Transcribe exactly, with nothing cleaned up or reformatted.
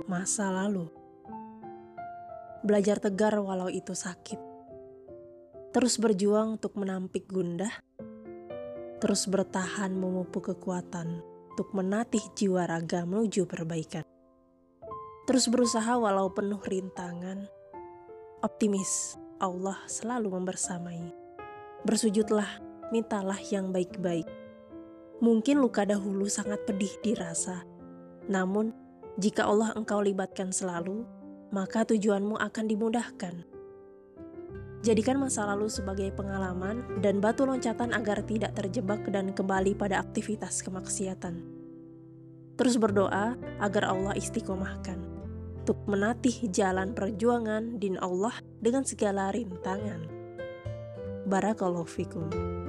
masa lalu. Belajar tegar walau itu sakit. Terus berjuang untuk menampik gundah. Terus bertahan memupuk kekuatan untuk menatih jiwa raga menuju perbaikan. Terus berusaha walau penuh rintangan. Optimis, Allah selalu membersamai. Bersujudlah, mintalah yang baik-baik. Mungkin luka dahulu sangat pedih dirasa. Namun, jika Allah engkau libatkan selalu, maka tujuanmu akan dimudahkan. Jadikan masa lalu sebagai pengalaman dan batu loncatan agar tidak terjebak dan kembali pada aktivitas kemaksiatan. Terus berdoa agar Allah istiqomahkan untuk menatih jalan perjuangan din Allah dengan segala rintangan. Barakallahu fikum.